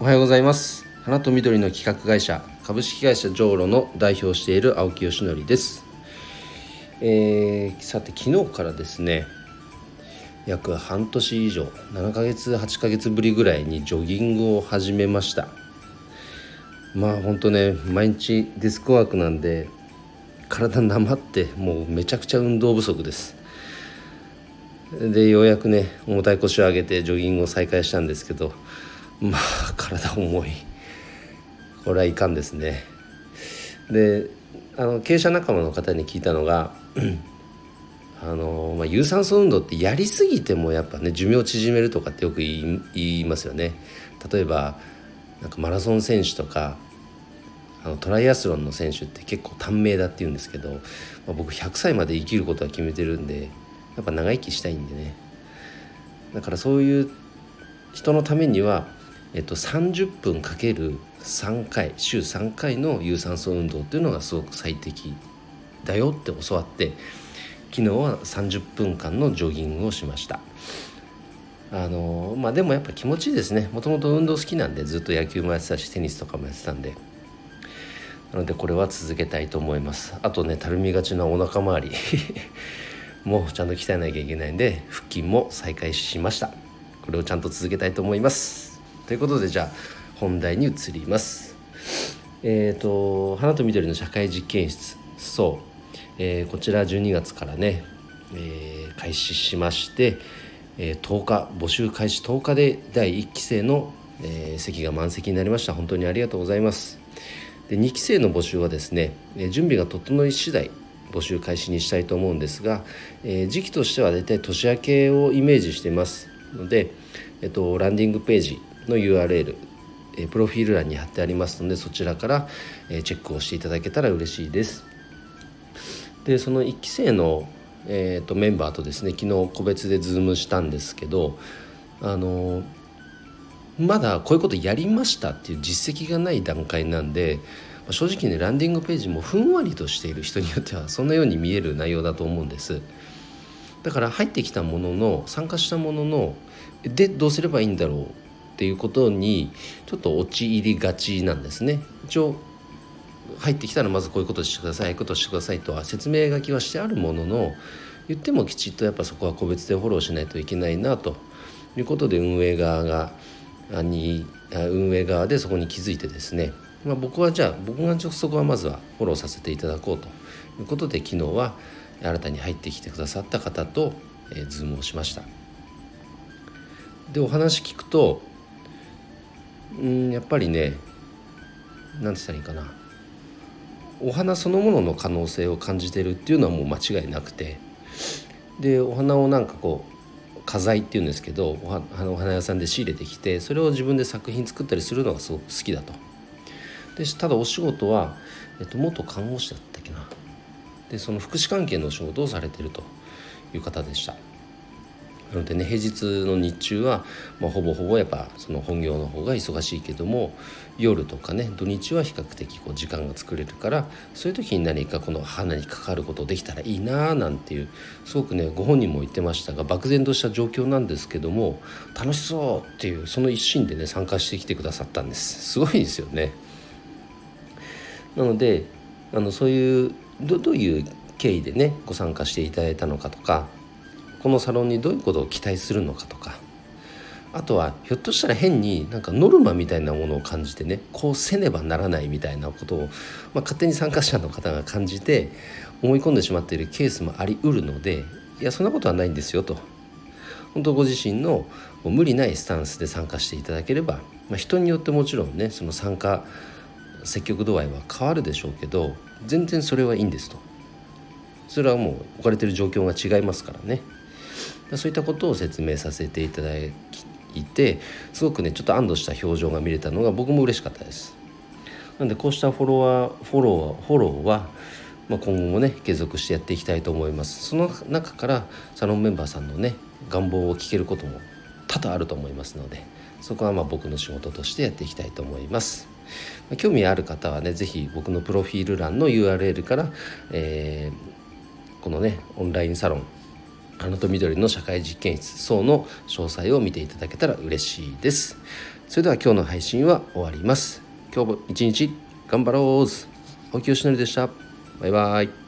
おはようございます。花と緑の企画会社株式会社ジョーロの代表をしている青木よしのりです。さて昨日からですね、約半年以上7ヶ月8ヶ月ぶりぐらいにジョギングを始めました。本当ね、毎日デスクワークなんで体なまってもうめちゃくちゃ運動不足です。でようやくね、重たい腰を上げてジョギングを再開したんですけど、体重い。これはいかんですね。で経営者仲間の方に聞いたのが有酸素運動ってやりすぎてもやっぱね、寿命を縮めるとかってよく言いますよね。例えばマラソン選手とかトライアスロンの選手って結構短命だって言うんですけど、僕100歳まで生きることは決めてるんで、やっぱ長生きしたいんでね。だからそういう人のためには、30分かける3回週3回の有酸素運動っていうのがすごく最適だよって教わって、昨日は30分間のジョギングをしました。でもやっぱ気持ちいいですね。もともと運動好きなんで、ずっと野球もやってたしテニスとかもやってたんで、なのでこれは続けたいと思います。あとね、たるみがちなお腹周りもうちゃんと鍛えなきゃいけないんで、腹筋も再開しました。これをちゃんと続けたいと思います。ということで、じゃあ本題に移ります。花と緑の社会実験室、こちら12月からね、開始しまして、10日募集開始10日で第1期生の、席が満席になりました。本当にありがとうございます。で2期生の募集はですね、準備が整い次第募集開始にしたいと思うんですが、時期としてはだいたい年明けをイメージしていますので、ランディングページの URL、プロフィール欄に貼ってありますので、そちらから、チェックをしていただけたら嬉しいです。でその1期生の、メンバーとですね、昨日個別でズームしたんですけど、まだこういうことやりましたっていう実績がない段階なんで、正直ね、ランディングページもふんわりとしている人によってはそんなように見える内容だと思うんです。だから入ってきたものの、参加したもののでどうすればいいんだろうっていうことにちょっと陥りがちなんですね。一応入ってきたらまずこういうことしてください、こういうことしてくださいとは説明書きはしてあるものの、言ってもきちっとやっぱそこは個別でフォローしないといけないなということで、運営側でそこに気づいてですね、僕がそこはまずはフォローさせていただこうということで、昨日は新たに入ってきてくださった方と、ズームをしました。でお話聞くと、やっぱりね、なんて言ったらいいかな、お花そのものの可能性を感じてるっていうのはもう間違いなくて、でお花を花材っていうんですけど、お花屋さんで仕入れてきて、それを自分で作品作ったりするのがすごく好きだと。でただお仕事は、元看護師だったっけな。でその福祉関係のお仕事をされているという方でした。なのでね、平日の日中は、ほぼほぼやっぱその本業の方が忙しいけども、夜とかね、土日は比較的時間が作れるから、そういう時に何かこの花に関わることできたらいいななんていう、すごくね、ご本人も言ってましたが、漠然とした状況なんですけども、楽しそうっていうその一心でね、参加してきてくださったんです。すごいですよね。なのでそういうどういう経緯でね、ご参加していただいたのかとか、このサロンにどういうことを期待するのかとか、あとはひょっとしたら変にノルマみたいなものを感じてね、こうせねばならないみたいなことを、勝手に参加者の方が感じて思い込んでしまっているケースもあり得るので、いやそんなことはないんですよと。本当ご自身の無理ないスタンスで参加していただければ、人によってもちろんね、その参加積極度合いは変わるでしょうけど、全然それはいいんですと。それはもう置かれている状況が違いますからね。そういったことを説明させていただいて、すごくね、ちょっと安堵した表情が見れたのが僕も嬉しかったです。なのでこうしたフォローは、今後もね、継続してやっていきたいと思います。その中からサロンメンバーさんのね、願望を聞けることも多々あると思いますので、そこは僕の仕事としてやっていきたいと思います。興味ある方はね、ぜひ僕のプロフィール欄の URL から、このね、オンラインサロン花と緑の社会実験室の詳細を見ていただけたら嬉しいです。 それでは今日の配信は終わります。今日も一日頑張ろう。青木よしのりでした。バイバイ。